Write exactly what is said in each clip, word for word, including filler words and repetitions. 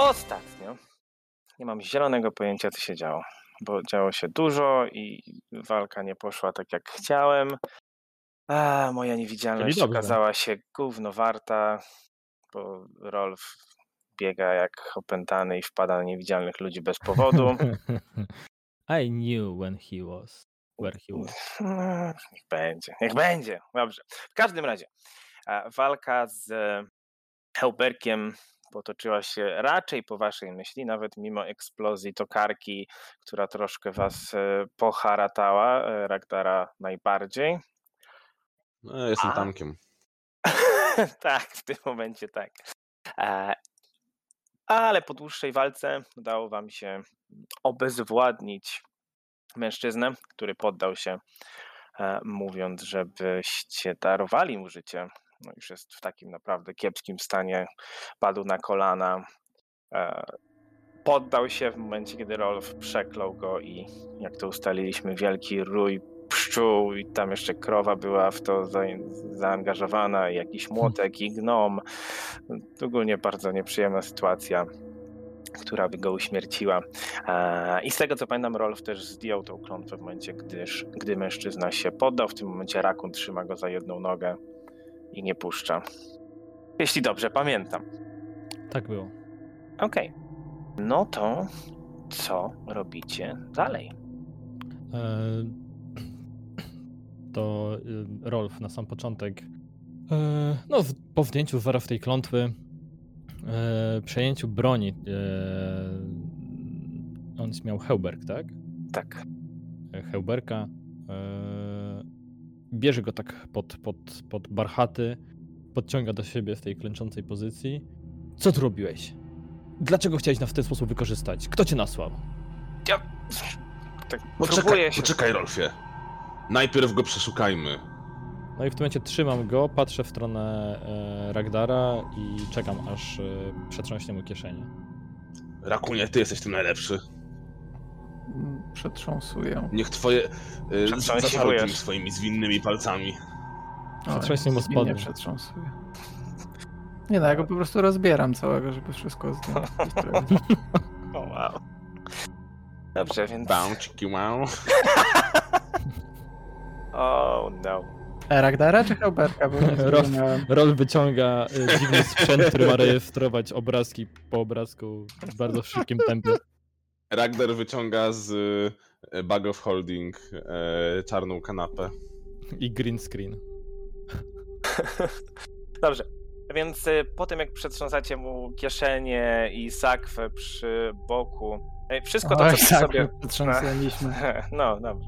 ostatnio nie mam zielonego pojęcia, co się działo, bo działo się dużo i walka nie poszła tak, jak chciałem. A moja niewidzialność okazała się gówno warta, bo Rolf biega jak opętany i wpada na niewidzialnych ludzi bez powodu. I knew when he was, where he was. Niech będzie, niech będzie. Dobrze. W każdym razie walka z Heuberkiem potoczyła się raczej po waszej myśli, nawet mimo eksplozji tokarki, która troszkę was poharatała, Ragdara najbardziej. No, ja jestem A? tankiem. Tak, w tym momencie tak. Ale po dłuższej walce udało wam się obezwładnić mężczyznę, który poddał się, mówiąc, żebyście darowali mu życie. No już jest w takim naprawdę kiepskim stanie, padł na kolana, poddał się w momencie, kiedy Rolf przeklął go i jak to ustaliliśmy, wielki rój pszczół i tam jeszcze krowa była w to za, zaangażowana, jakiś młotek i gnom. Ogólnie bardzo nieprzyjemna sytuacja, która by go uśmierciła. I z tego co pamiętam, Rolf też zdjął tą klątwę w momencie, gdyż, gdy mężczyzna się poddał. W tym momencie Rakun trzyma go za jedną nogę i nie puszcza. Jeśli dobrze pamiętam. Tak było. Okej. Okay. No to co robicie dalej? E, to Rolf na sam początek, e, no po wdjęciu w tej klątwy, e, przejęciu broni, e, on miał Heuberk, tak? Tak. Heuberka, e, bierze go tak pod, pod, pod barchaty, podciąga do siebie w tej klęczącej pozycji. Co tu robiłeś? Dlaczego chciałeś nas w ten sposób wykorzystać? Kto cię nasłał? Ja... Tak poczekaj, się... poczekaj, Rolfie. Najpierw go przeszukajmy. No i w tym momencie trzymam go, patrzę w stronę e, Ragdara i czekam, aż e, przetrząśnie mu kieszenie. Rakunie, ty jesteś tym najlepszy. Przetrząsuję. Niech twoje... E, Zaszaruj tymi swoimi zwinnymi palcami. Przetrząśnie mu spodnie. Nie przetrząsuję. Nie no, ja go po prostu rozbieram całego, żeby wszystko zdjąć. O wow. Dobrze, więc... Bouncy, wow. Oh no. Ragdara czy Heuberka? Bo nie Rolf, Rolf wyciąga y, dziwny sprzęt, który ma rejestrować obrazki po obrazku w bardzo szybkim tempie. Ragdar wyciąga z y, Bag of Holding y, czarną kanapę. I green screen. Dobrze. Więc y, po tym, jak przetrząsacie mu kieszenie i sakwę przy boku, y, wszystko to, Oj, co przy sobie... przetrząsaliśmy. No, dobrze.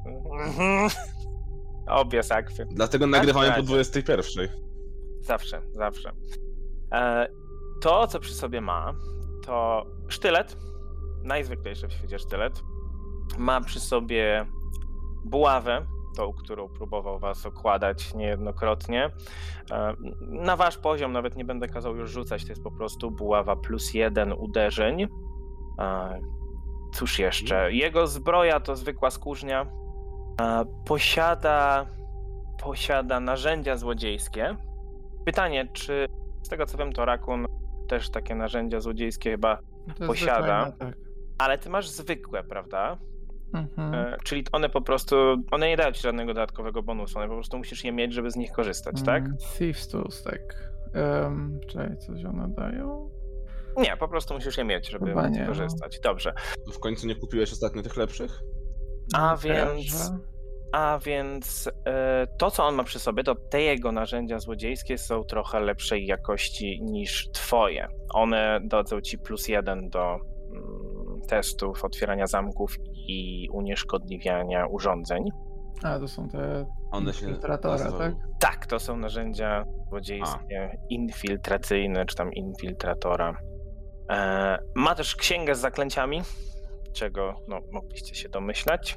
Obie sakwy. Dlatego nagrywamy po dwudziestej pierwszej. Zawsze, zawsze. E, to, co przy sobie ma, to sztylet. Najzwyklejszy w świecie sztylet. Ma przy sobie buławę, tą, którą próbował was okładać niejednokrotnie. E, na wasz poziom nawet nie będę kazał już rzucać, to jest po prostu buława plus jeden uderzeń. E, cóż jeszcze? Jego zbroja to zwykła skórznia. Posiada, posiada narzędzia złodziejskie. Pytanie, czy z tego co wiem, to Rakun też takie narzędzia złodziejskie chyba posiada. Zwykle, tak. Ale ty masz zwykłe, prawda? Mhm. E, czyli one po prostu, one nie dają ci żadnego dodatkowego bonusu, one po prostu musisz je mieć, żeby z nich korzystać, tak? Mm, Thieves Tools, tak. Um, czekaj, coś one dają? Nie, po prostu musisz je mieć, żeby Chyba móc nie, korzystać. Dobrze. W końcu nie kupiłeś ostatnio tych lepszych? A więc... A więc e, to, co on ma przy sobie, to te jego narzędzia złodziejskie są trochę lepszej jakości niż twoje. One dadzą ci plus jeden do mm, testów otwierania zamków i unieszkodliwiania urządzeń. A, to są te One się infiltratora, nazywają. tak? Tak, to są narzędzia złodziejskie, A. infiltracyjne, czy tam infiltratora. E, ma też księgę z zaklęciami, czego no, mogliście się domyślać.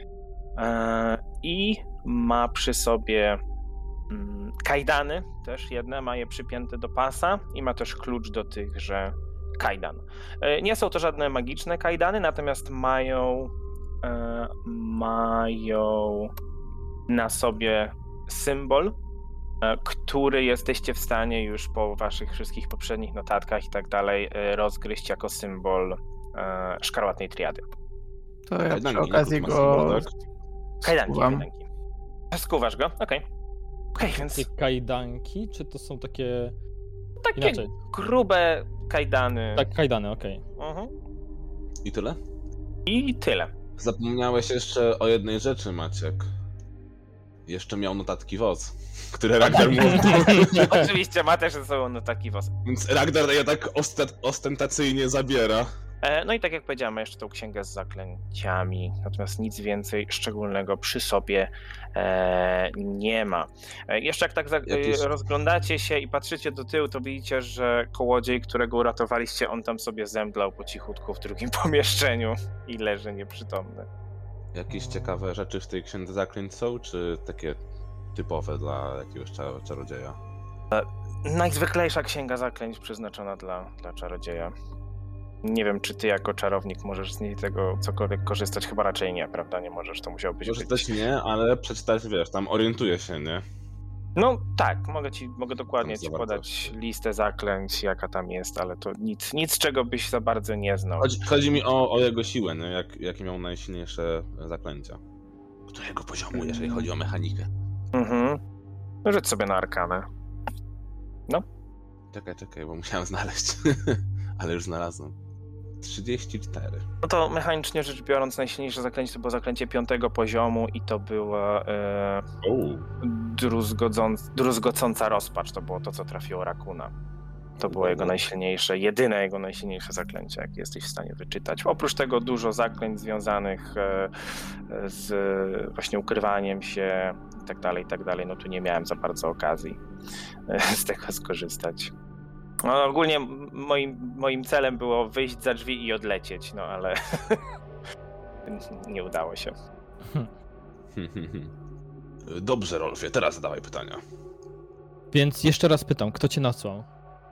I ma przy sobie kajdany, też jedne, ma je przypięte do pasa i ma też klucz do tychże kajdan. Nie są to żadne magiczne kajdany, natomiast mają, mają na sobie symbol który jesteście w stanie już po waszych wszystkich poprzednich notatkach i tak dalej rozgryźć jako symbol e, szkarłatnej triady. To ja Kajdanki, przy okazji nie? go Symbol, tak? Kajdanki, skuwam. kajdanki. Skuwasz go? Okej. Okay. Okej, okay, więc Takie kajdanki, czy to są takie... takie Inaczej. grube kajdany. Tak, kajdany, okej. Mhm. I tyle? I tyle. Zapomniałeś jeszcze o jednej rzeczy, Maciek. Jeszcze miał notatki W O Z, które Ragnar mu Oczywiście ma też ze sobą notatki W O Z. Więc Ragnar je tak ostat- ostentacyjnie zabiera. E, no i tak jak powiedziałem, ma jeszcze tą księgę z zaklęciami, natomiast nic więcej szczególnego przy sobie e, nie ma. E, jeszcze jak tak za, Jakieś- e, rozglądacie się i patrzycie do tyłu, to widzicie, że kołodziej, którego uratowaliście, on tam sobie zemdlał po cichutku w drugim pomieszczeniu i leży nieprzytomny. Jakieś ciekawe rzeczy w tej księdze zaklęć są, czy takie typowe dla jakiegoś czar- czarodzieja? Najzwyklejsza księga zaklęć przeznaczona dla, dla czarodzieja. Nie wiem, czy ty jako czarownik możesz z niej tego cokolwiek korzystać, chyba raczej nie, prawda? Nie możesz, to musiałbyś Może być. też nie, ale przeczytać, wiesz, tam orientuję się, nie? No tak, mogę ci, mogę dokładnie Tam ci zawartość. podać listę zaklęć, jaka tam jest, ale to nic, nic czego byś za bardzo nie znał. Chodzi, chodzi mi o, o jego siłę, nie? Jak, jakie miał najsilniejsze zaklęcia. Którego poziomu, jeżeli chodzi o mechanikę? Mhm. No, rzuć sobie na arkanę. Czekaj, czekaj, bo musiałem znaleźć. Ale już znalazłem. trzydzieści cztery. No to mechanicznie rzecz biorąc, najsilniejsze zaklęcie to było zaklęcie piątego poziomu i to była e, druzgodząc, druzgocąca rozpacz. To było to, co trafiło Rakuna. To było jego najsilniejsze, jedyne jego najsilniejsze zaklęcie, jakie jesteś w stanie wyczytać. Oprócz tego dużo zaklęć związanych e, z właśnie ukrywaniem się i tak dalej, i tak dalej. No tu nie miałem za bardzo okazji e, z tego skorzystać. No, ogólnie moim, moim celem było wyjść za drzwi i odlecieć, no ale nie udało się. Dobrze, Rolfie, teraz zadawaj pytania. Więc jeszcze raz pytam, kto cię nasłał?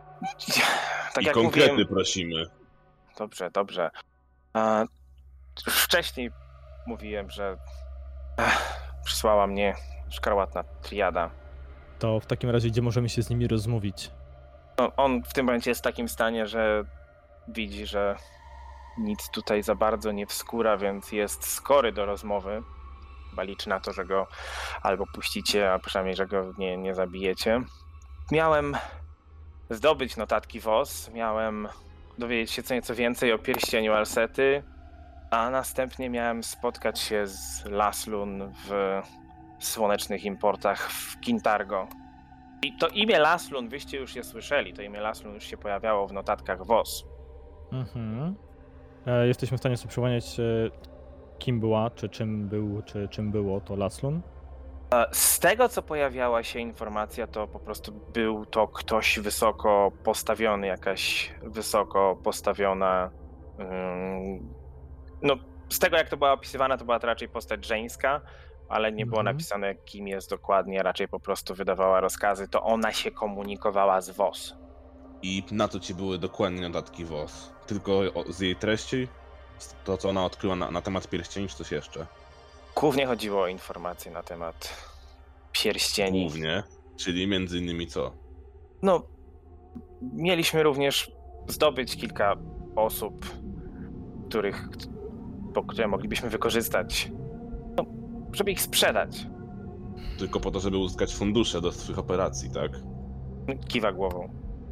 Tak I jak konkrety mówiłem, prosimy. dobrze, dobrze. A, już wcześniej mówiłem, że ach, przysłała mnie szkarłatna triada. To w takim razie, gdzie możemy się z nimi rozmówić? No, on w tym momencie jest w takim stanie, że widzi, że nic tutaj za bardzo nie wskóra, więc jest skory do rozmowy. Chyba liczy na to, że go albo puścicie, a przynajmniej, że go nie, nie zabijecie. Miałem zdobyć notatki W O S, miałem dowiedzieć się co nieco więcej o pierścieniu Alsety, a następnie miałem spotkać się z Laslun w słonecznych importach w Kintargo. I to imię Laslun, wyście już je słyszeli, to imię Laslun już się pojawiało w notatkach W O S. Mhm. E, jesteśmy w stanie sobie przypomnieć, e, kim była, czy czym był, czy czym było to Laslun? Z tego, co pojawiała się informacja, to po prostu był to ktoś wysoko postawiony, jakaś wysoko postawiona... Ym, no, z tego, jak to była opisywana, to była to raczej postać żeńska, ale nie było Mhm. napisane, kim jest dokładnie, raczej po prostu wydawała rozkazy, to ona się komunikowała z W O S. I na to ci były dokładnie notatki W O S. Tylko o, z jej treści? To, co ona odkryła na, na temat pierścieni, czy coś jeszcze? Głównie chodziło o informacje na temat pierścieni. Głównie. Czyli między innymi co? No, mieliśmy również zdobyć kilka osób, których, po które moglibyśmy wykorzystać, no, żeby ich sprzedać. Tylko po to, żeby uzyskać fundusze do swych operacji, tak? Kiwa głową.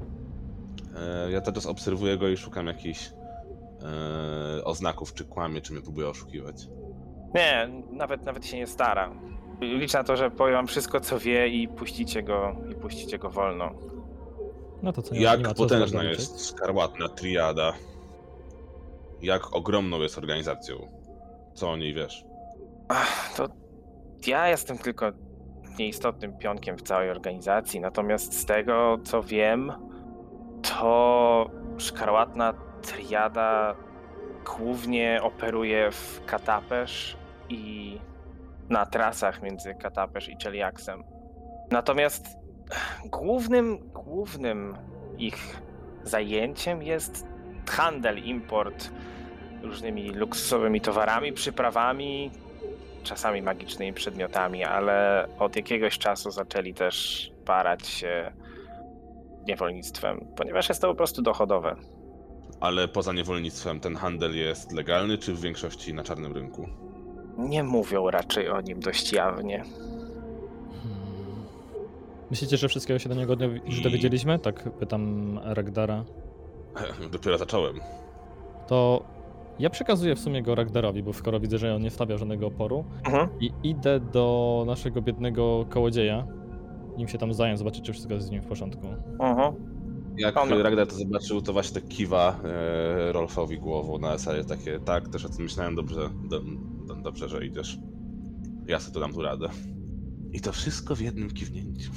E, ja teraz obserwuję go i szukam jakichś e, oznaków, czy kłamie, czy mnie próbuje oszukiwać. Nie, nawet, nawet się nie stara. Liczę na to, że powie wam wszystko, co wie i puścicie go, i puścicie go wolno. No to co, nie, Jak nie ma co potężna zbadać. jest szkarłatna triada? Jak ogromną jest organizacją? Co o niej wiesz? Ach, to ja jestem tylko nieistotnym pionkiem w całej organizacji, natomiast z tego, co wiem, to szkarłatna triada głównie operuje w Katapesz i na trasach między Katapesz i Cheliaxem. Natomiast głównym, głównym ich zajęciem jest handel, import różnymi luksusowymi towarami, przyprawami, czasami magicznymi przedmiotami, ale od jakiegoś czasu zaczęli też parać się niewolnictwem, ponieważ jest to po prostu dochodowe. Ale poza niewolnictwem ten handel jest legalny, czy w większości na czarnym rynku? Nie mówią raczej o nim dość jawnie. Hmm. Myślicie, że wszystkiego się do niego już I- dowiedzieliśmy? Tak pytam Ragdara. Dopiero zacząłem. To ja przekazuję w sumie go Ragdarowi, bo skoro widzę, że on nie stawia żadnego oporu, Mhm. i idę do naszego biednego kołodzieja, nim się tam zająć, zobaczyć, czy wszystko jest z nim w porządku. Mhm. Jak Ono. Ragnar to zobaczył, to właśnie tak kiwa e, Rolfowi głową na zasadzie takie, tak, też o tym myślałem, dobrze, do, do, dobrze, że idziesz. Ja sobie to dam tu radę. I to wszystko w jednym kiwnięciu.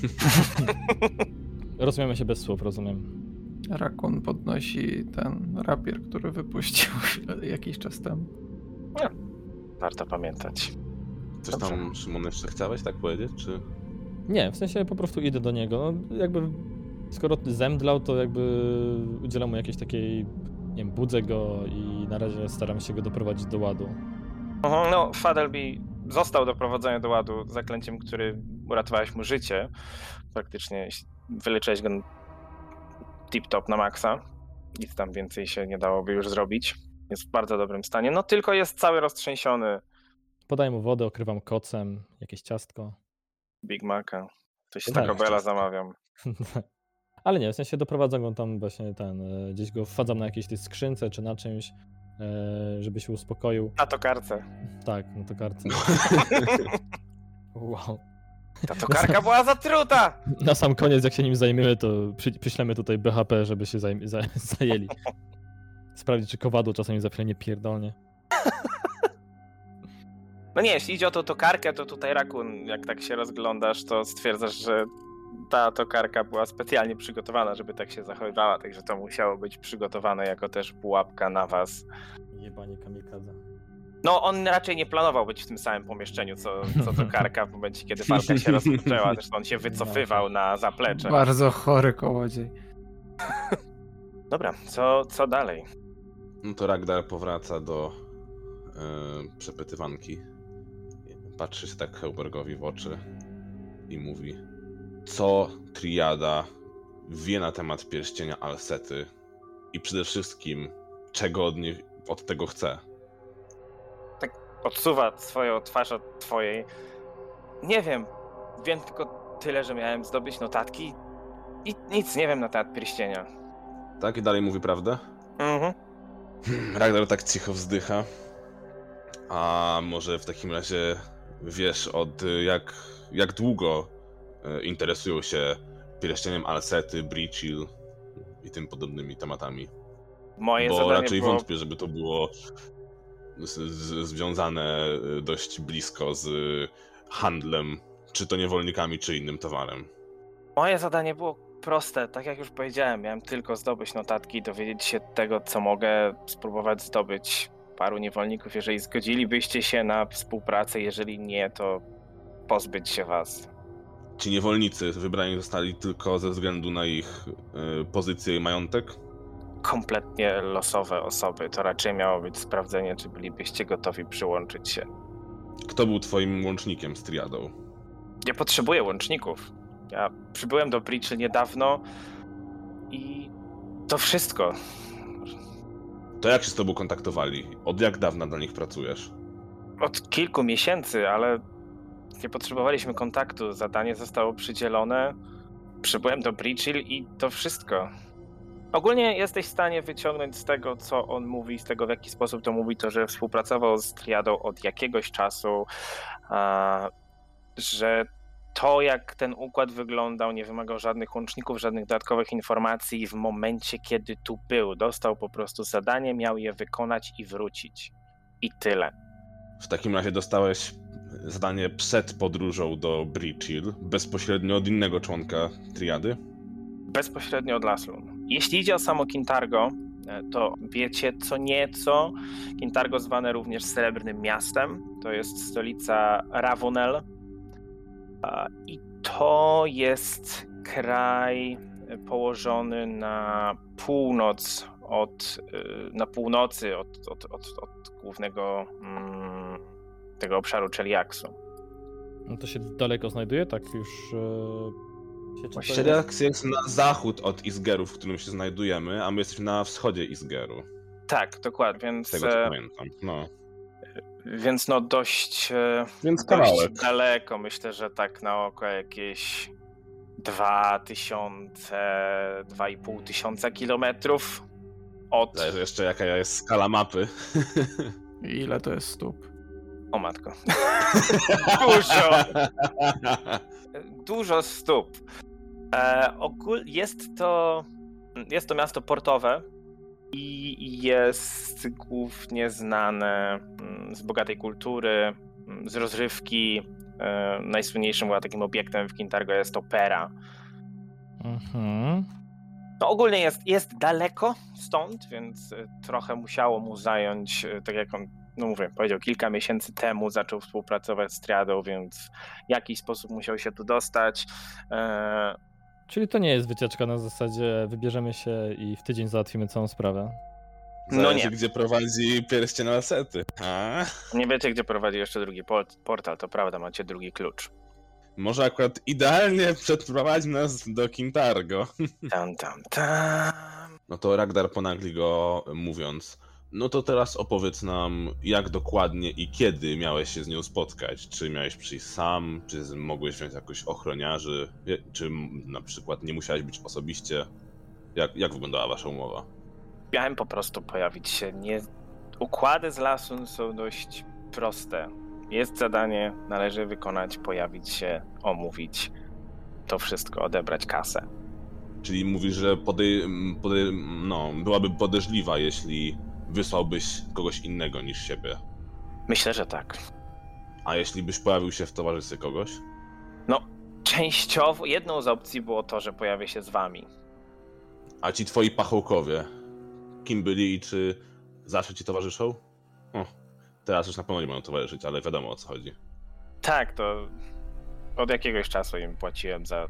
Rozumiemy się bez słów, rozumiem. Rakun podnosi ten rapier, który wypuścił jakiś czas temu. Warto pamiętać. Coś Dobrze. tam, Szymon, jeszcze chciałeś tak powiedzieć, czy... Nie, w sensie po prostu idę do niego. No, jakby skoro zemdlał, to jakby udzielam mu jakiejś takiej, nie wiem, budzę go i na razie staram się go doprowadzić do ładu. Mhm. No, Fadelby został doprowadzony do ładu zaklęciem, który uratowałeś mu życie. Praktycznie wyleczyłeś go tip-top na maksa. Nic tam więcej się nie dałoby już zrobić. Jest w bardzo dobrym stanie. No tylko jest cały roztrzęsiony. Podaję mu wodę, okrywam kocem, jakieś ciastko. Big Maca. Coś z Tak, Taco Bella ciastko. zamawiam. Ale nie, w sensie doprowadzam go tam właśnie ten, e, gdzieś go wsadzam na jakiejś tej skrzynce czy na czymś, e, żeby się uspokoił. Na tokarce. Tak, na tokarce. Wow. Ta tokarka była zatruta! Na sam koniec, jak się nim zajmiemy, to przy, przyślemy tutaj B H P, żeby się zajm- za, zajęli. Sprawdzić, czy kowadło czasami zawsze nie pierdolnie. No nie, jeśli idzie o tą tokarkę, to tutaj Rakun, jak tak się rozglądasz, to stwierdzasz, że ta tokarka była specjalnie przygotowana, żeby tak się zachowywała, także to musiało być przygotowane jako też pułapka na was. Jebanie kamikadze. No, on raczej nie planował być w tym samym pomieszczeniu, co, co tokarka w momencie, kiedy walka się rozpoczęła. Zresztą on się wycofywał na zaplecze. Bardzo chory kołodziej. Dobra, co, co dalej? No to Ragnar powraca do e, przepytywanki. Patrzy się tak Heubergowi w oczy i mówi, co Triada wie na temat pierścienia Alsety i przede wszystkim czego od, nie, od tego chce. Odsuwa swoją twarz od twojej. Nie wiem, wiem tylko tyle, że miałem zdobyć notatki i nic nie wiem na temat pierścienia. Tak? I dalej mówi prawdę? Mhm. Hmm, Ragnar tak cicho wzdycha. A może w takim razie wiesz od jak, jak długo e, interesują się pierścieniem Alsety, Breachill i tym podobnymi tematami? Moje Bo zadanie raczej było... wątpię, żeby to było z, z, związane dość blisko z handlem, czy to niewolnikami, czy innym towarem. Moje zadanie było proste, tak jak już powiedziałem, miałem tylko zdobyć notatki, dowiedzieć się tego, co mogę, spróbować zdobyć paru niewolników, jeżeli zgodzilibyście się na współpracę, jeżeli nie, to pozbyć się was. Ci niewolnicy wybrani zostali tylko ze względu na ich y, pozycję i majątek? Kompletnie losowe osoby, to raczej miało być sprawdzenie, czy bylibyście gotowi przyłączyć się. Kto był twoim łącznikiem z Triadą? Nie potrzebuję łączników. Ja przybyłem do Breachill niedawno i to wszystko. To jak się z tobą kontaktowali? Od jak dawna dla nich pracujesz? Od kilku miesięcy, ale nie potrzebowaliśmy kontaktu. Zadanie zostało przydzielone. Przybyłem do Breachill i to wszystko. Ogólnie jesteś w stanie wyciągnąć z tego, co on mówi, z tego, w jaki sposób to mówi, to, że współpracował z Triadą od jakiegoś czasu, a, że to, jak ten układ wyglądał, nie wymagał żadnych łączników, żadnych dodatkowych informacji w momencie, kiedy tu był. Dostał po prostu zadanie, miał je wykonać i wrócić. I tyle. W takim razie dostałeś zadanie przed podróżą do Breachill, bezpośrednio od innego członka Triady? Bezpośrednio od Laslun. Jeśli idzie o samo Kintargo, to wiecie co nieco. Kintargo zwane również Srebrnym Miastem. To jest stolica Ravonel. I to jest kraj położony na północ od, na północy od, od, od, od głównego tego obszaru Cheliaxu. No to się daleko znajduje, tak już... E... Cheliax jest na zachód od Isgeru, w którym się znajdujemy, a my jesteśmy na wschodzie Isgeru. Tak, dokładnie, więc... Z tego co pamiętam, no. Więc no dość, Więc dość daleko, myślę, że tak na oko jakieś dwa tysiące, dwa i pół tysiąca kilometrów od... Zależy jeszcze jaka jest skala mapy. I ile to jest stóp? O matko. Dużo. Dużo stóp. E, ogól... jest to... Jest to miasto portowe i jest głównie znane z bogatej kultury, z rozrywki. E, najsłynniejszym była takim obiektem w Kintargo jest opera. Mhm. No ogólnie jest, jest daleko stąd, więc trochę musiało mu zająć, tak jak on, no mówię, powiedział, kilka miesięcy temu zaczął współpracować z Triadą, więc w jakiś sposób musiał się tu dostać. E... Czyli to nie jest wycieczka na zasadzie wybierzemy się i w tydzień załatwimy całą sprawę. Zależy, no nie. Gdzie prowadzi pierścień Alsety. A? Nie wiecie, gdzie prowadzi jeszcze drugi portal, to prawda, macie drugi klucz. Może akurat idealnie przeprowadzi nas do Kintargo. Tam, tam, tam. No to Ragnar ponagli go mówiąc, no to teraz opowiedz nam, jak dokładnie i kiedy miałeś się z nią spotkać. Czy miałeś przyjść sam, czy mogłeś wziąć jakoś ochroniarzy, czy na przykład nie musiałeś być osobiście. Jak, jak wyglądała wasza umowa? Miałem po prostu pojawić się. Nie... Układy z Lasun są dość proste. Jest zadanie, należy wykonać, pojawić się, omówić to wszystko, odebrać kasę. Czyli mówisz, że podej... Podej... No, byłaby podejrzliwa, jeśli wysłałbyś kogoś innego niż siebie. Myślę, że tak. A jeśli byś pojawił się w towarzystwie kogoś? No, częściowo jedną z opcji było to, że pojawię się z wami. A ci twoi pachołkowie, kim byli i czy zawsze ci towarzyszą? O, teraz już na pewno nie będą towarzyszyć, ale wiadomo o co chodzi. Tak, to od jakiegoś czasu im płaciłem za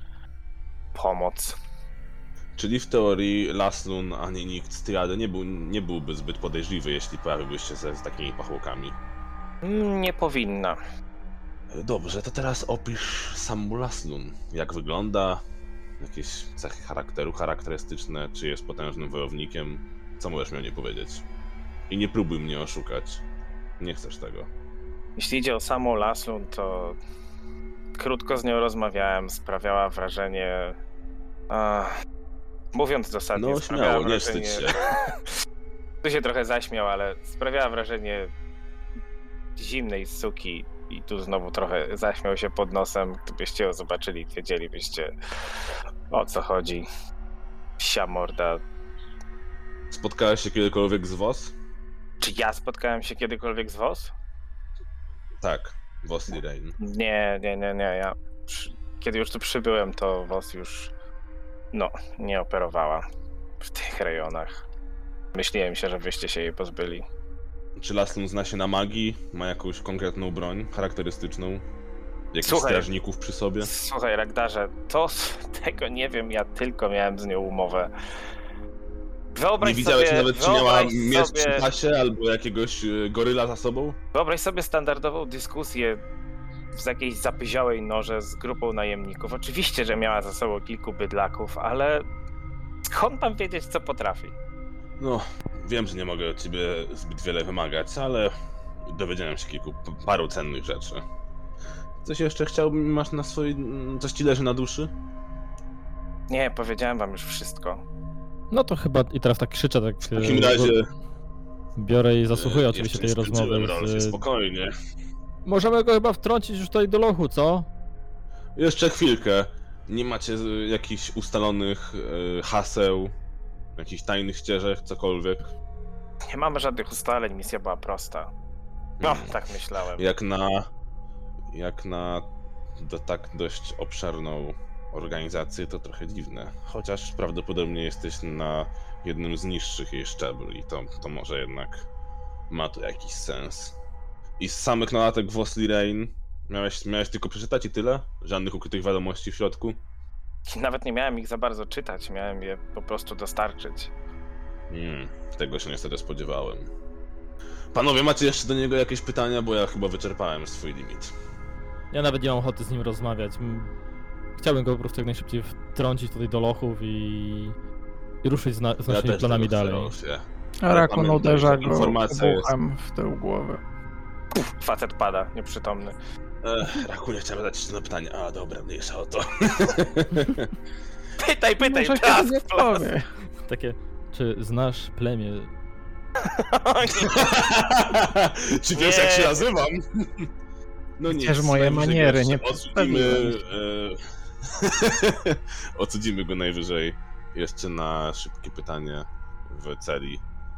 pomoc. Czyli w teorii Laslun ani nikt z Triady nie, był, nie byłby zbyt podejrzliwy, jeśli pojawiłbyś się z, z takimi pachołkami. Nie powinna. Dobrze, to teraz opisz sammu Laslun. Jak wygląda? Jakieś cechy charakteru charakterystyczne? Czy jest potężnym wojownikiem? Co możesz mi o niej powiedzieć? I nie próbuj mnie oszukać. Nie chcesz tego. Jeśli idzie o samą Laslun, to krótko z nią rozmawiałem. Sprawiała wrażenie... Ach... Mówiąc dosadnie, no śmiało, nie wstydź się. Tu się trochę zaśmiał, ale sprawiała wrażenie zimnej suki i tu znowu trochę zaśmiał się pod nosem. Gdybyście ją zobaczyli, wiedzielibyście o co chodzi. Psia morda. Spotkałeś się kiedykolwiek z Vos? Czy ja spotkałem się kiedykolwiek z Vos? Tak, Vos Lirain. Nie, nie, nie, nie. Ja przy... Kiedy już tu przybyłem, to Vos już no, nie operowała w tych rejonach. Myślałem się, że wyście się jej pozbyli. Czy Laslun zna się na magii? Ma jakąś konkretną broń charakterystyczną? Jakichś Słuchaj, strażników przy sobie? Słuchaj, Ragdarze, to tego nie wiem, ja tylko miałem z nią umowę. Wyobraź nie widziałeś sobie, nawet, czy miała miecz sobie, przy pasie albo jakiegoś goryla za sobą? Wyobraź sobie standardową dyskusję w jakiejś zapyziałej norze z grupą najemników. Oczywiście, że miała za sobą kilku bydlaków, ale skąd mam wiedzieć, co potrafi? No, wiem, że nie mogę od ciebie zbyt wiele wymagać, ale dowiedziałem się kilku, paru cennych rzeczy. Coś jeszcze chciałbym, masz na swojej... coś ci leży na duszy? Nie, powiedziałem wam już wszystko. No to chyba i teraz tak krzyczę, tak... W takim razie... Biorę i zasłuchuję e, oczywiście tej rozmowy. Z... Spokojnie. Możemy go chyba wtrącić już tutaj do lochu, co? Jeszcze chwilkę. Nie macie jakichś ustalonych e, haseł, jakichś tajnych ścieżek, cokolwiek? Nie mamy żadnych ustaleń, misja była prosta. No, hmm. tak myślałem. Jak na... jak na do, tak dość obszerną organizację to trochę dziwne. Chociaż prawdopodobnie jesteś na jednym z niższych jej szczebli, to, to może jednak ma to jakiś sens. I z samych notatek Vos Lirain miałeś, miałeś tylko przeczytać i tyle? Żadnych ukrytych wiadomości w środku? Nawet nie miałem ich za bardzo czytać, miałem je po prostu dostarczyć. Hmm, tego się niestety spodziewałem. Panowie, macie jeszcze do niego jakieś pytania, bo ja chyba wyczerpałem swój limit. Ja nawet nie mam ochoty z nim rozmawiać. M- Chciałbym go po prostu jak najszybciej wtrącić tutaj do lochów i, i ruszyć z, na, z Ja naszymi też planami tego chcę, dalej. Rolfie. A Rakun pamiętaj, uderza że go informacja jest- buchem w tył głowy. Facet pada, nieprzytomny. Ech, Rakunie, chciałem zadać jeszcze jedno pytanie. A, dobra, mniejsza o to. Pytaj, pytaj, Może plas, kiedy nie plas. powie. Takie, czy znasz plemię? Czy wiesz, jak się Nie. nazywam? No nic, Przecież moje najwyżej maniery go nie jeszcze Odsudzimy, przedstawiłem. e, odsudzimy go najwyżej jeszcze na szybkie pytanie w celi.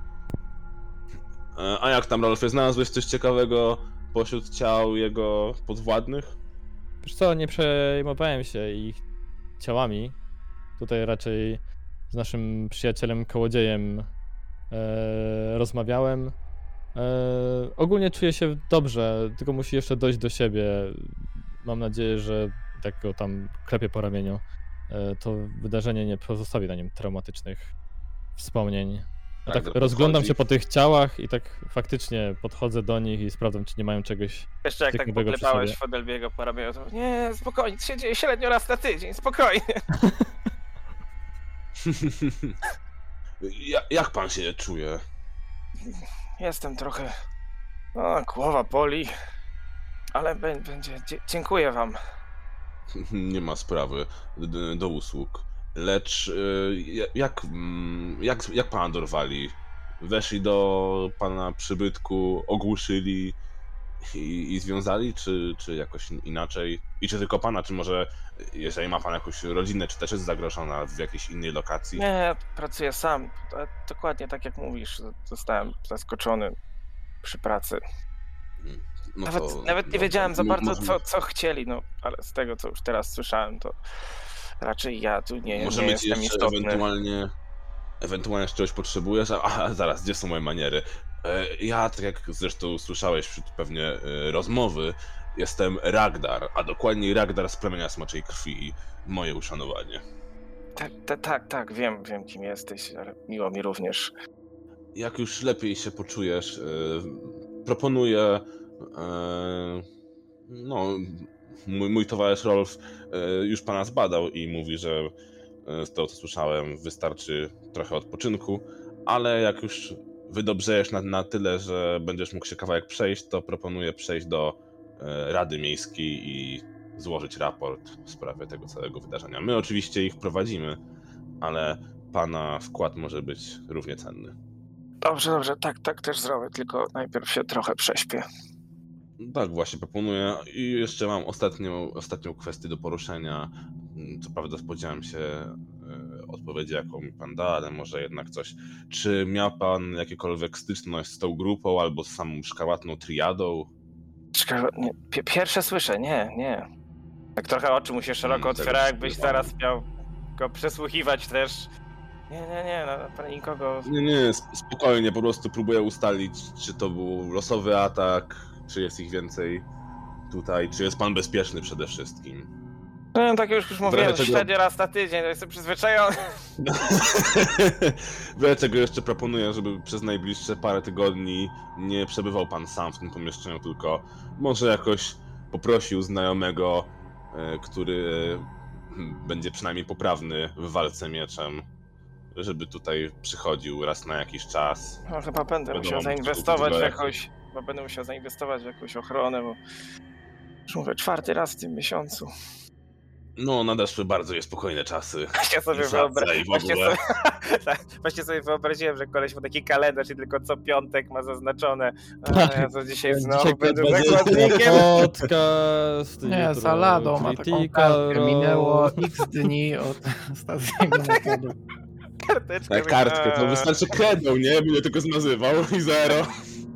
E, A jak tam, Rolfie, znalazłeś coś ciekawego pośród ciał jego podwładnych? Wiesz co, nie przejmowałem się ich ciałami. Tutaj raczej z naszym przyjacielem Kołodziejem e, rozmawiałem. E, ogólnie czuję się dobrze, tylko musi jeszcze dojść do siebie. Mam nadzieję, że tak go tam klepie po ramieniu. E, to wydarzenie nie pozostawi na nim traumatycznych wspomnień. Ja tak Tak, rozglądam podchodzi. się po tych ciałach i tak faktycznie podchodzę do nich i sprawdzam, czy nie mają czegoś. Jeszcze jak tak ciekawego przy poklepałeś sobie. Fodelbiego po ramieniu, to nie, spokojnie, to się dzieje średnio raz na tydzień, spokojnie. Ja, jak pan się czuje? Jestem trochę... O, głowa boli. Ale bę- będzie... dzie- Dziękuję wam. Nie ma sprawy, d- do usług. Lecz y, ja- jak, mm, jak, jak pana dorwali? Weszli do pana przybytku, ogłuszyli i, i związali, czy, czy jakoś inaczej? I czy tylko pana, czy może jeżeli ma pan jakąś rodzinę, czy też jest zagrożona w jakiejś innej lokacji? Nie, pracuję sam. To- Dokładnie tak jak mówisz. Zostałem zaskoczony przy pracy. No Nawet, to- nawet nie no, wiedziałem za mo- bardzo, może- co, co chcieli, no ale z tego, co już teraz słyszałem, to raczej ja tu nie, Może nie być jestem jeszcze istotny. ewentualnie, ewentualnie jeszcze czegoś potrzebujesz, a aha, zaraz, gdzie są moje maniery? E, Ja, tak jak zresztą słyszałeś wśród pewnie e, rozmowy, jestem Ragdar, a dokładniej Ragdar z plemienia Smoczej Krwi. Moje uszanowanie. Tak, tak, tak, tak, wiem, wiem kim jesteś, ale miło mi również. Jak już lepiej się poczujesz, e, proponuję, e, no, mój, mój towarzysz Rolf e, już pana zbadał i mówi, że e, z tego co słyszałem wystarczy trochę odpoczynku, ale jak już wydobrzejesz na, na tyle, że będziesz mógł się kawałek przejść, to proponuję przejść do e, Rady Miejskiej i złożyć raport w sprawie tego całego wydarzenia. My oczywiście ich prowadzimy, ale pana wkład może być równie cenny. Dobrze, dobrze, tak, tak też zrobię, tylko najpierw się trochę prześpię. Tak, właśnie proponuję. I jeszcze mam ostatnią, ostatnią kwestię do poruszenia. Co prawda spodziewałem się e, odpowiedzi, jaką mi pan da, ale może jednak coś. Czy miał pan jakiekolwiek styczność z tą grupą albo z samą szkarłatną triadą? Czekaj, nie, pi- pierwsze słyszę, nie, nie. Tak trochę oczy mu się szeroko Hmm, tego otwiera, się jakbyś spodziewałem. zaraz miał go przesłuchiwać też. Nie, nie, nie, no, pan nikogo... Nie, nie, sp- spokojnie, po prostu próbuję ustalić, czy to był losowy atak, czy jest ich więcej tutaj, czy jest pan bezpieczny przede wszystkim. No, tak już, już mówiłem, razie czego- średnio raz na tydzień, to jestem przyzwyczajony. Dlaczego jeszcze proponuję, żeby przez najbliższe parę tygodni nie przebywał pan sam w tym pomieszczeniu, tylko może jakoś poprosił znajomego, e, który e, będzie przynajmniej poprawny w walce mieczem, żeby tutaj przychodził raz na jakiś czas. No, chyba będę Wiadomo, musiał muszę zainwestować kupić w go jakąś... Chyba będę musiał zainwestować w jakąś ochronę, bo... Już mówię, czwarty raz w tym miesiącu. No, nadeszły bardzo niespokojne czasy. Właśnie sobie, Inflacja wyobra... i w Właśnie, ogóle. sobie... Właśnie sobie wyobraziłem, że koleś ma taki kalendarz i tylko co piątek ma zaznaczone. A ja to dzisiaj znowu Dzisiaj będę dwudziestego zakładnikiem. podcast. Nie, jutro za ladą ma taką Critical kartkę. Role. Minęło x dni od ostatniego napadu. Karteczkę. Na kartkę, to A. wystarczy kredą, nie? Będę tylko zmazywał i zero.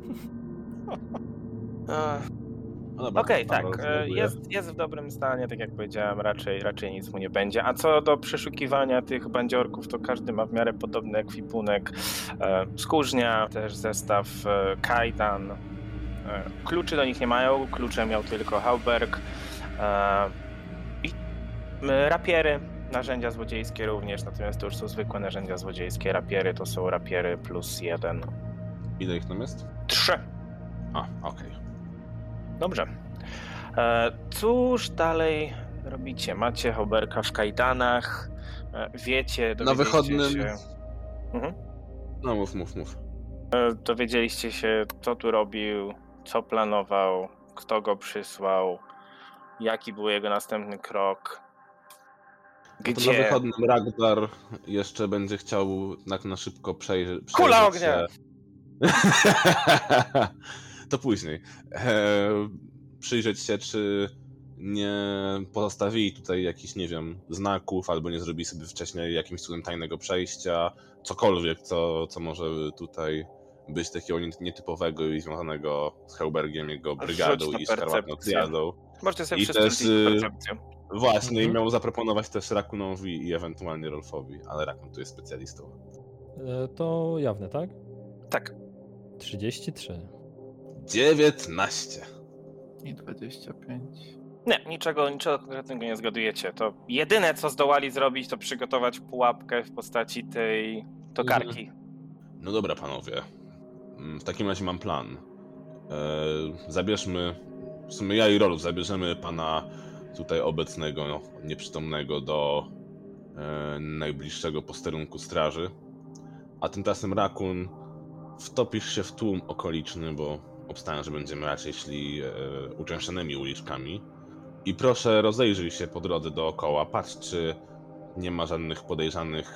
A. No dobra, Okej, pan tak. e, rozwiązuje. Jest, jest w dobrym stanie, tak jak powiedziałem, raczej, raczej nic mu nie będzie. A co do przeszukiwania tych bandziorków, to każdy ma w miarę podobny ekwipunek. E, skórznia, też zestaw e, kajdan. E, kluczy do nich nie mają, klucze miał tylko Hauberg. E, I e, rapiery, narzędzia złodziejskie również, natomiast to już są zwykłe narzędzia złodziejskie. Rapiery to są rapiery plus jeden. Ile ich tam jest? Trzy. A, okej. Dobrze. E, cóż dalej robicie? Macie Hauberka w kajdanach, e, wiecie, Na dowiedzieliście wychodnym... się... Mhm. No mów, mów, mów. E, dowiedzieliście się, co tu robił, co planował, kto go przysłał, jaki był jego następny krok, No to na gdzie... wychodnym Ragnar jeszcze będzie chciał tak na szybko przejrzeć, przejrzeć Kula ognia! się... To później. E, przyjrzeć się, czy nie pozostawili tutaj jakichś, nie wiem, znaków, albo nie zrobili sobie wcześniej jakimś cudem tajnego przejścia, cokolwiek, co, co może tutaj być takiego nietypowego i związanego z Heubergiem, jego brygadą i szkarłatną triadą. Możecie sobie I wszyscy też, rzucić y, percepcję. Właśnie, Mhm. i miał zaproponować też Rakunowi i ewentualnie Rolfowi, ale Rakun tu jest specjalistą. E, To jawne, tak? Tak. trzydzieści trzy. dziewiętnaście. I dwadzieścia pięć. Nie, niczego, niczego konkretnego nie zgadujecie. To jedyne, co zdołali zrobić, to przygotować pułapkę w postaci tej tokarki. No dobra, panowie. Mm, W takim razie mam plan. E, zabierzmy, w sumie ja i Rolf zabierzemy pana tutaj obecnego, no, nieprzytomnego do e, najbliższego posterunku straży. A tymczasem Rakun, wtopisz się w tłum okoliczny, bo obstawiam, że będziemy raczej szli e, uczęszczanymi uliczkami. I proszę, rozejrzyj się po drodze dookoła, patrz, czy nie ma żadnych podejrzanych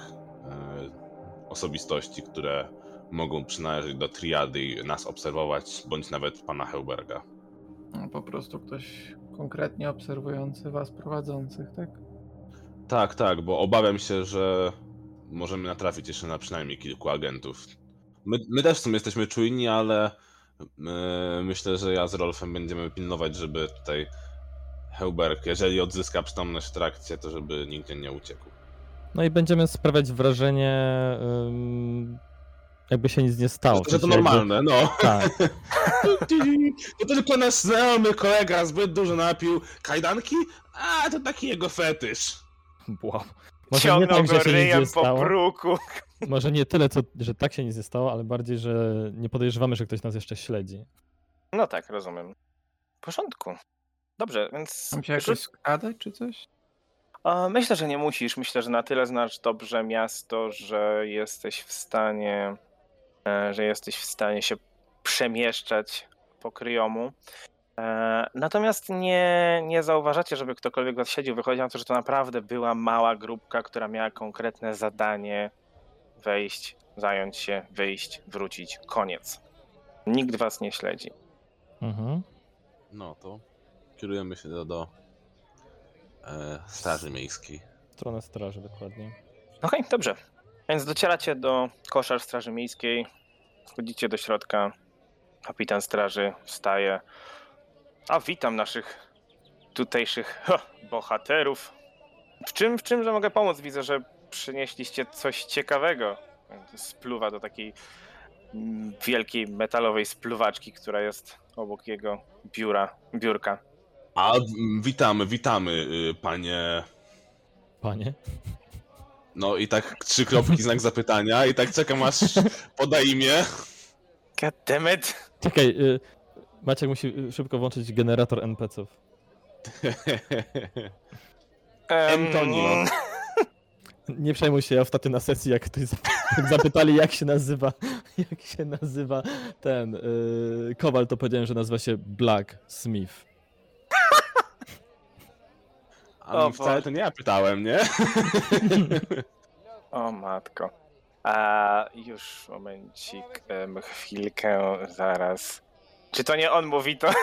e, osobistości, które mogą przynależeć do triady i nas obserwować, bądź nawet pana Heuberga. No, po prostu ktoś konkretnie obserwujący was prowadzących, tak? Tak, tak, bo obawiam się, że możemy natrafić jeszcze na przynajmniej kilku agentów. My, my też w sumie jesteśmy czujni, ale my, myślę, że ja z Rolfem będziemy pilnować, żeby tutaj Heuberg, jeżeli odzyska przytomność w trakcie, to żeby nigdzie nie uciekł. No i będziemy sprawiać wrażenie, ym, jakby się nic nie stało. Że, W że to sensie jakby- normalne, no. Tak. To tylko nasz znajomy kolega zbyt dużo napił. Kajdanki? A, to taki jego fetysz. Wow. Może nie Ciągnął tak, że go się nic ryjem nie po stało. bruku. Może nie tyle, co, że tak się nic nie stało, ale bardziej, że nie podejrzewamy, że ktoś nas jeszcze śledzi. No tak, rozumiem. W porządku. Dobrze, więc... Mam się jakoś rzuć- skradać czy coś? A, myślę, że nie musisz. Myślę, że na tyle znasz dobrze miasto, że jesteś w stanie, e, że jesteś w stanie się przemieszczać po Kryjomu. E, Natomiast nie, nie zauważacie, żeby ktokolwiek was siedził. Wychodzi na to, że to naprawdę była mała grupka, która miała konkretne zadanie wejść, zająć się, wyjść, wrócić. Koniec. Nikt was nie śledzi. Mhm. No to kierujemy się do, do e, Straży Miejskiej. W stronę straży dokładnie. Okej, dobrze. Więc docieracie do koszar Straży Miejskiej, wchodzicie do środka, kapitan straży wstaje. A witam naszych tutejszych ha, bohaterów. W czym, w czymże mogę pomóc? Widzę, że przynieśliście coś ciekawego. Spluwa do takiej mm, wielkiej metalowej spluwaczki, która jest obok jego biura, biurka. A m, witamy, witamy, y, panie. Panie? No i tak trzy kropki, znak zapytania, i tak czekam aż poda imię. God damn it. Czekaj, y, Maciek musi y, szybko włączyć generator en pe ce ów. Em, Antonio. Nie przejmuj się, ja ostatnio na sesji, jak ktoś zap- jak zapytali, jak się nazywa, jak się nazywa ten y, kowal, to powiedziałem, że nazywa się Black Smith. A O no, wcale Boże. to nie ja pytałem, nie? O matko. A już momencik, em, chwilkę, zaraz. Czy to nie on mówi to?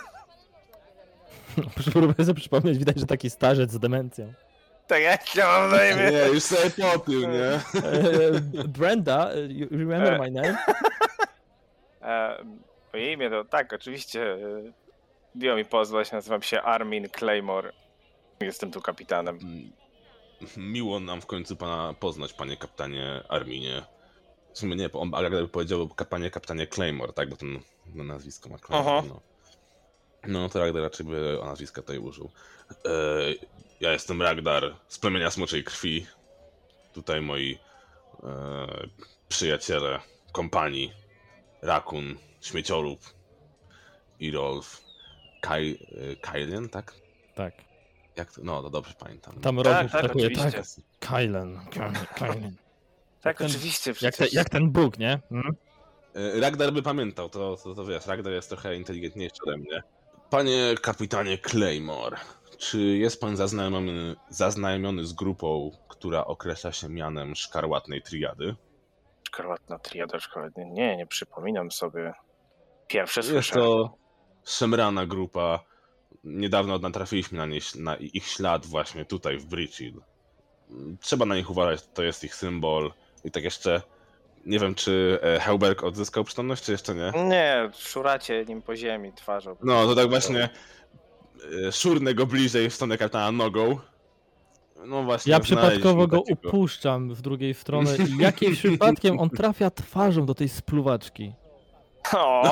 Proszę próbuję sobie przypomnieć, widać, że taki starzec z demencją. Tak jak chciałem na imię. Nie, już sobie popił, nie? E, Brenda, you remember E. my name? E, moje imię to tak, oczywiście. e, Miło mi pozwać, nazywam się Armin Claymore. Jestem tu kapitanem. Mm, Miło nam w końcu pana poznać, panie kapitanie Arminie. W sumie nie, on ale jakby powiedział panie kapitanie Claymore, tak? Bo ten no, nazwisko ma Claymore. Aha. No. no to Ragnar raczej by o nazwiska tutaj użył. E, ja jestem Ragnar z plemienia Smoczej Krwi. Tutaj moi e, przyjaciele, kompanii Rakun, Śmieciorób, Irolf, Kaj, Kailen, tak? Tak. Jak to? No, to dobrze pamiętam. Tam Tak, Rogue tak, atakuje, oczywiście. tak. Kylen, Kylen. Tak, ten- oczywiście. Jak, Przecież... te, jak ten Bóg, nie? Hmm? E, Ragnar by pamiętał, to, to, to wiesz, Ragnar jest trochę inteligentniejszy ode mnie. Panie kapitanie Claymore, czy jest pan zaznajomiony, zaznajomiony z grupą, która określa się mianem Szkarłatnej Triady? Szkarłatna triada, szkarłatna... Nie, nie przypominam sobie. Pierwsze Jest słyszę. to szemrana grupa. Niedawno natrafiliśmy na, nie, na ich ślad właśnie tutaj w Bridgehill. Trzeba na nich uważać, to jest ich symbol. I tak jeszcze, nie wiem czy e, Heuberg odzyskał przytomność, czy jeszcze nie? Nie, szuracie nim po ziemi twarzą. No, to tak właśnie e, szurnę go bliżej w stronę kapitana nogą. No właśnie, Ja przypadkowo go znaleźliśmy takiego. upuszczam w drugiej stronę i jakim przypadkiem on trafia twarzą do tej spluwaczki. O!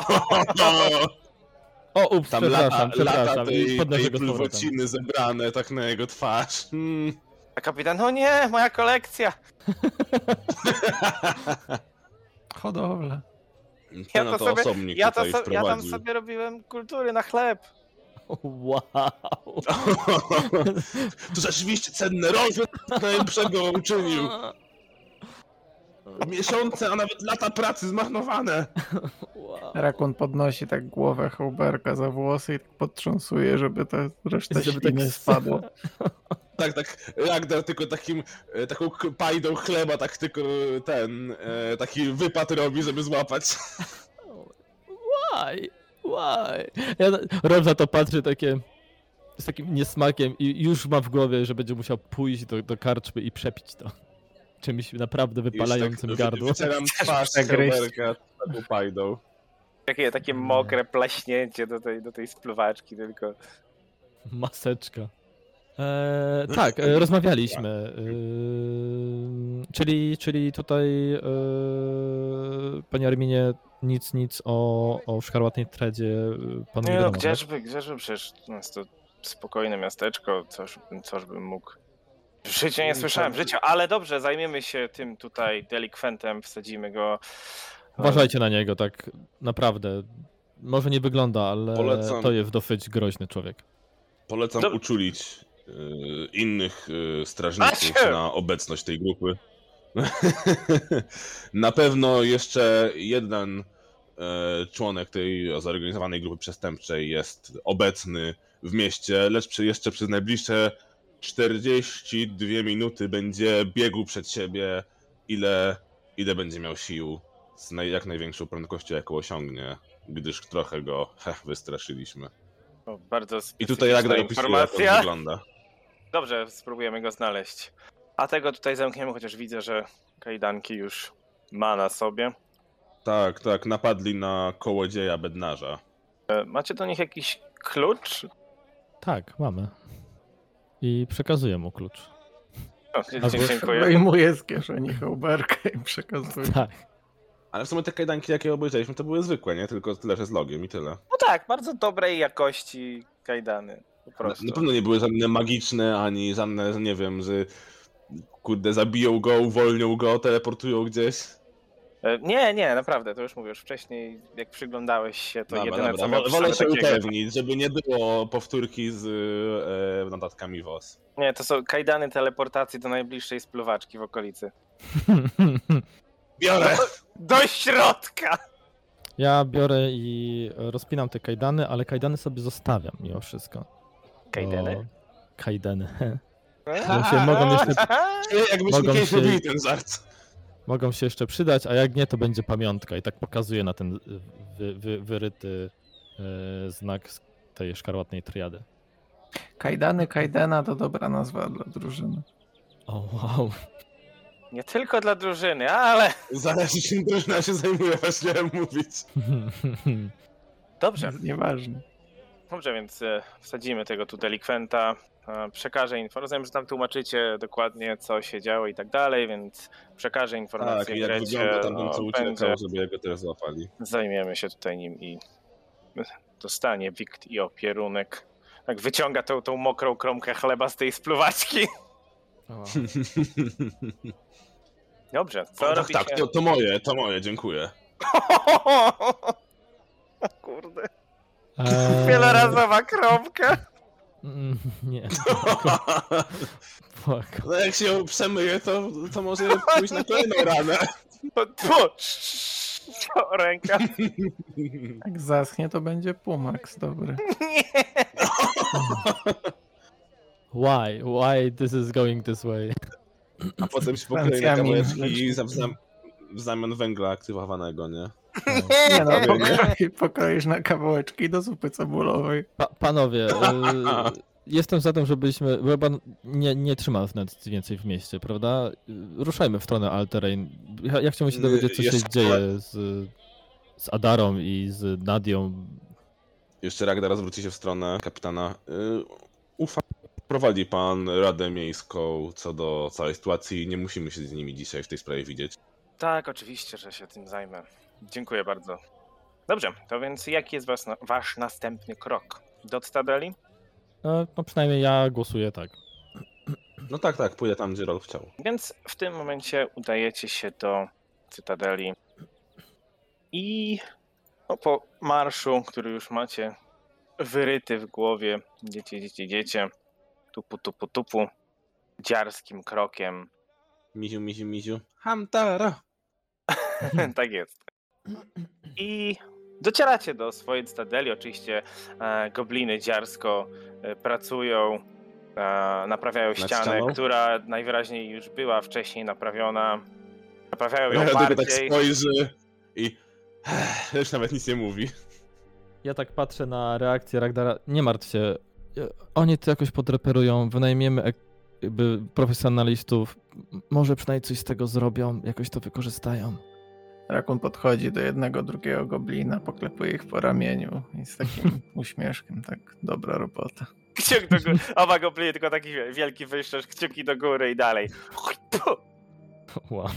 O, ups, Tam przepraszam, lata, lata przepraszam. I tej, podnoszę tej go z powrotem. plwociny zebrane tak na jego twarz. Hmm. A kapitan, no nie, moja kolekcja! Hodowla. Ja no to to sobie- osobnik Ja, to tutaj so, ja tam wprowadził. sobie robiłem kultury na chleb. Wow. To rzeczywiście cenne rowy najlepszego uczynił. Miesiące, a nawet lata pracy zmarnowane. wow. Rakun podnosi tak głowę Heuberga za włosy i tak podtrząsuje, żeby ta reszta Żeby śliny tak spadła. Tak, tak, Ragnar tylko takim, e, taką k- pajdą chleba, tak tylko ten, e, taki wypad robi, żeby złapać. Why? Why? Ja, Rob na to patrzy takie z takim niesmakiem i już ma w głowie, że będzie musiał pójść do, do karczmy i przepić to. Czymś naprawdę wypalającym Już tak gardło. Wycieram twarz Przegryźć. Heuberga taką pajdą. Takie, takie mokre plaśnięcie do tej, do tej spluwaczki tylko. Maseczka. Eee, tak, e, rozmawialiśmy. Eee, czyli, czyli tutaj, e, panie Arminie, nic, nic o, o szkarłatnej tredzie e, panu nie Nie no, wiadomo, tak? gdzieżby, gdzieżby przecież to jest to spokojne miasteczko, coś, coś bym mógł. W życiu nie słyszałem, w życiu, ale dobrze, zajmiemy się tym tutaj delikwentem, wsadzimy go. Uważajcie na niego, tak naprawdę. Może nie wygląda, ale Polecam. to jest dosyć groźny człowiek. Polecam Dob- uczulić y, innych y, strażników Acie! na obecność tej grupy. Na pewno jeszcze jeden e, członek tej zorganizowanej grupy przestępczej jest obecny w mieście, lecz przy, jeszcze przez najbliższe czterdzieści dwie minuty będzie biegł przed siebie, ile, ile będzie miał sił, z naj, jak największą prędkością, jaką osiągnie, gdyż trochę go heh, wystraszyliśmy. O, bardzo I tutaj specyficzna Ragnar opisuje, jak on informacja. wygląda. Dobrze, spróbujemy go znaleźć. A tego tutaj zamkniemy, chociaż widzę, że kajdanki już ma na sobie. Tak, tak, napadli na kołodzieja bednarza. E, Macie do nich jakiś klucz? Tak, mamy. I przekazuję mu klucz. O, A dzie- wy- dziękuję. Wyjmuje z kieszeni Heuberga i przekazuje. Tak. Ale w sumie te kajdanki, jakie obejrzeliśmy, to były zwykłe, nie? Tylko tyle, że z logiem i tyle. No tak, bardzo dobrej jakości kajdany. Po Na, prostu. na pewno nie były żadne magiczne, ani żadne, że nie wiem, że kurde, zabiją go, uwolnią go, teleportują gdzieś. E, Nie, nie, naprawdę, to już mówię, już wcześniej jak przyglądałeś się, to Dobra, jedyne dobra. co miał Wolę, przy wolę sobie się takiego... upewnić, żeby nie było powtórki z e, notatkami W O S. Nie, to są kajdany teleportacji do najbliższej spluwaczki w okolicy. Biorę! Do środka! Ja biorę i rozpinam te kajdany, ale kajdany sobie zostawiam mimo wszystko. Kajdany? Bo... Kajdany. Bo się mogą jeszcze, Jakbyśmy Mogą kiedyś się- robili ten żart. mogą się jeszcze przydać, a jak nie, to będzie pamiątka. I tak pokazuję na ten wy, wy, wyryty e, znak z tej szkarłatnej triady. Kajdany Kajdena to dobra nazwa dla drużyny. O wow. Nie tylko dla drużyny, ale... Zależy czym drużyna się zajmuje, właśnie chciałem mówić. Dobrze, Nieważne. dobrze, więc e, wsadzimy tego tu delikwenta. E, przekażę informację, rozumiem, że tam tłumaczycie dokładnie co się działo i tak dalej, więc przekażę Tak, informację i jak Grecie, wygląda tam ten, co no, uciekał, będzie, żeby jego też złapali. zajmiemy się tutaj nim i dostanie wikt i opierunek. Tak wyciąga tą, tą mokrą kromkę chleba z tej spluwaczki. O, wow. Dobrze, co O, tak, robicie? tak, to, to moje, to moje, dziękuję. Kurde. Eee, Wielorazowa kropka. mm, Nie. Fuck. No jak się ją przemyje, to, to może pójść na kolejną ranę. O, ręka. Jak zaschnie, to będzie Pumax, dobry. Nie. Why? Why this is going this way? A potem się pokroi na Francjamin, kawałeczki lecz- za- w zam- w zamian węgla aktywowanego, nie? Nie no, Nie. pokroi, pokroisz na kawałeczki do zupy cebulowej. Pa panowie, y, jestem za tym, żebyśmy... Bo chyba nie, nie trzyma nas więcej w mieście, prawda? Y, Ruszajmy w stronę Alterain. Ja, ja chciałbym się dowiedzieć, co się Jeszcze- dzieje z, z Adarą i z Nadią. Jeszcze Ragnar zwróci się w stronę kapitana. Y, Ufa, prowadzi pan Radę Miejską co do całej sytuacji. Nie musimy się z nimi dzisiaj w tej sprawie widzieć. Tak, oczywiście, że się tym zajmę. Dziękuję bardzo. Dobrze, to więc jaki jest was, wasz następny krok? Do Cytadeli? No, no przynajmniej ja głosuję tak. No tak, tak, pójdę tam, gdzie Rolf chciał. Więc w tym momencie udajecie się do Cytadeli i no, po marszu, który już macie wyryty w głowie, idziecie, idziecie, idziecie, tupu, tupu, tupu, dziarskim krokiem. Miziu, miziu, miziu. Hamtara! Tak jest. I docieracie do swojej Cytadeli. Oczywiście e, gobliny dziarsko e, pracują, e, naprawiają Nad ścianę, ścianą? która najwyraźniej już była wcześniej naprawiona. Naprawiają ją Ja tylko tak bardziej. spojrzy i już nawet nic nie mówi. Ja tak patrzę na reakcję Ragdara. Nie martw się. Oni to jakoś podreperują. Wynajmiemy ek- jakby profesjonalistów. M- Może przynajmniej coś z tego zrobią. Jakoś to wykorzystają. Rakun podchodzi do jednego, drugiego goblina, poklepuje ich po ramieniu i z takim uśmieszkiem, tak, dobra robota. Kciuk do góry. Oba gobliny, tylko taki wielki wyszczesz, kciuki do góry i dalej. Wow.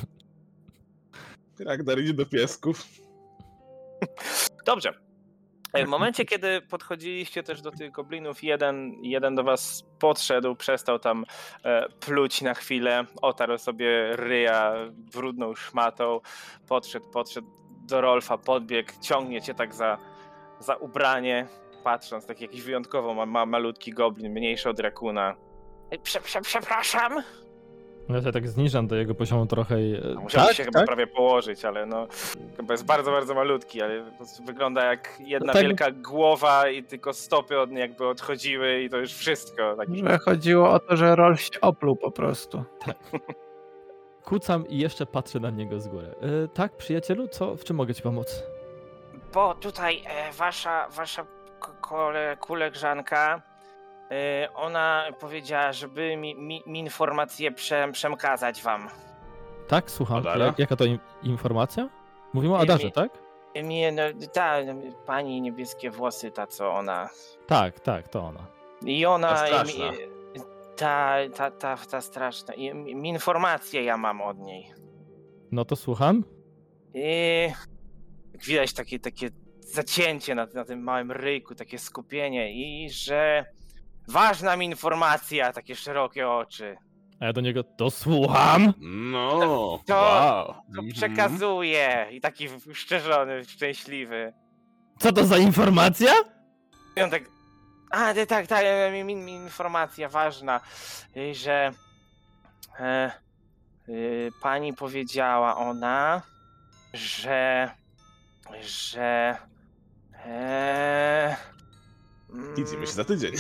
Ragnar idzie do piesków. Dobrze. W momencie, kiedy podchodziliście też do tych goblinów, jeden, jeden do was podszedł, przestał tam e, pluć na chwilę, otarł sobie ryja brudną szmatą, podszedł, podszedł do Rolfa, podbiegł, ciągnie cię tak za, za ubranie, patrząc, taki jakiś wyjątkowo ma, ma, malutki goblin, mniejszy od rakuna. Prze, prze, przepraszam. Ja się tak zniżam do jego poziomu trochę i... No, musiałby tak, się chyba tak? prawie położyć, ale no chyba jest bardzo, bardzo malutki, ale po prostu wygląda jak jedna No tak. wielka głowa i tylko stopy od niej jakby odchodziły i to już wszystko. Tak. Że chodziło o to, że Rolf się opluł po prostu. Kucam i jeszcze patrzę na niego z góry. E, tak, przyjacielu, co, w czym mogę ci pomóc? Bo tutaj e, wasza, wasza k- kole, kulegrzanka, e, ona powiedziała, żeby mi, mi, mi informację prze, przekazać wam. Tak, słucham. Adara? Jak, jaka to in- informacja? Mówimy o Nie, Adarze, nie. tak? E, Mi, no, ta pani niebieskie włosy, ta co ona... Tak, tak, to ona. I ona... Ta straszna. i- Ta, ta, ta, ta straszna. I, mi informację ja mam od niej. No to słucham. I widać takie, takie zacięcie na, na tym małym ryjku, takie skupienie i że ważna mi informacja, takie szerokie oczy. A ja do niego, to słucham. No, To- wow. To Mhm. przekazuję i taki szczerzony, szczęśliwy. Co to za informacja? I on tak, a ty, tak, tak, mi, mi, mi informacja ważna, y, że e, y, pani powiedziała ona, że, że e, Widzimy się za tydzień.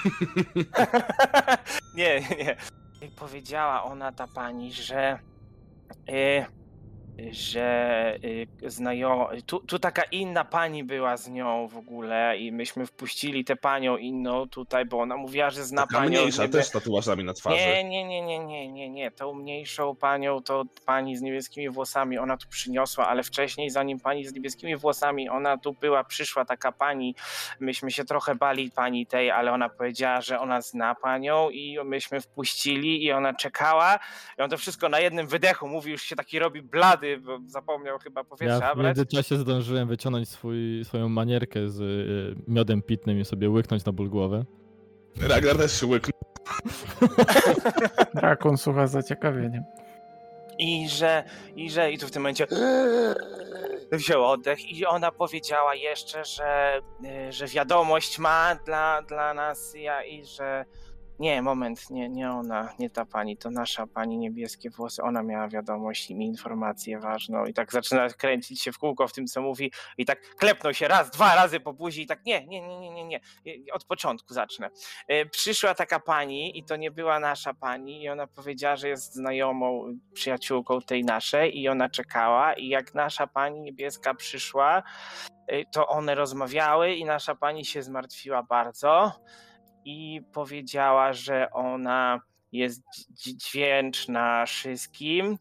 nie, nie, nie. Powiedziała ona, ta pani, że y, że y, znajoma, tu, tu taka inna pani była z nią w ogóle i myśmy wpuścili tę panią inną tutaj, bo ona mówiła, że zna Taka panią. mniejsza, niebie- też z tatuażami na twarzy. Nie, nie, nie, nie, nie, nie, nie. Tą mniejszą panią to pani z niebieskimi włosami, ona tu przyniosła, ale wcześniej, zanim pani z niebieskimi włosami, ona tu była, przyszła taka pani, myśmy się trochę bali pani tej, ale ona powiedziała, że ona zna panią i myśmy wpuścili i ona czekała i on to wszystko na jednym wydechu mówi, już się taki robi blady, bo zapomniał chyba powietrza Ja w brać. międzyczasie zdążyłem wyciągnąć swój, swoją manierkę z y, miodem pitnym i sobie łyknąć na ból głowę. Ragnar też się łyknął. Rakun słucha z zaciekawieniem. I że, i że, i tu w tym momencie wziął oddech i ona powiedziała jeszcze, że, y, że wiadomość ma dla, dla nas ja, i że nie, moment, nie, nie ona, nie ta pani, to nasza pani niebieskie włosy, ona miała wiadomość i mi informację ważną i tak zaczyna kręcić się w kółko w tym, co mówi i tak klepnął się raz, dwa razy po buzi i tak nie, nie, nie, nie, nie, nie, od początku zacznę. Y, Przyszła taka pani i to nie była nasza pani i ona powiedziała, że jest znajomą, przyjaciółką tej naszej i ona czekała i jak nasza pani niebieska przyszła, y, to one rozmawiały i nasza pani się zmartwiła bardzo. I powiedziała, że ona jest dź- dźwięczna wszystkim,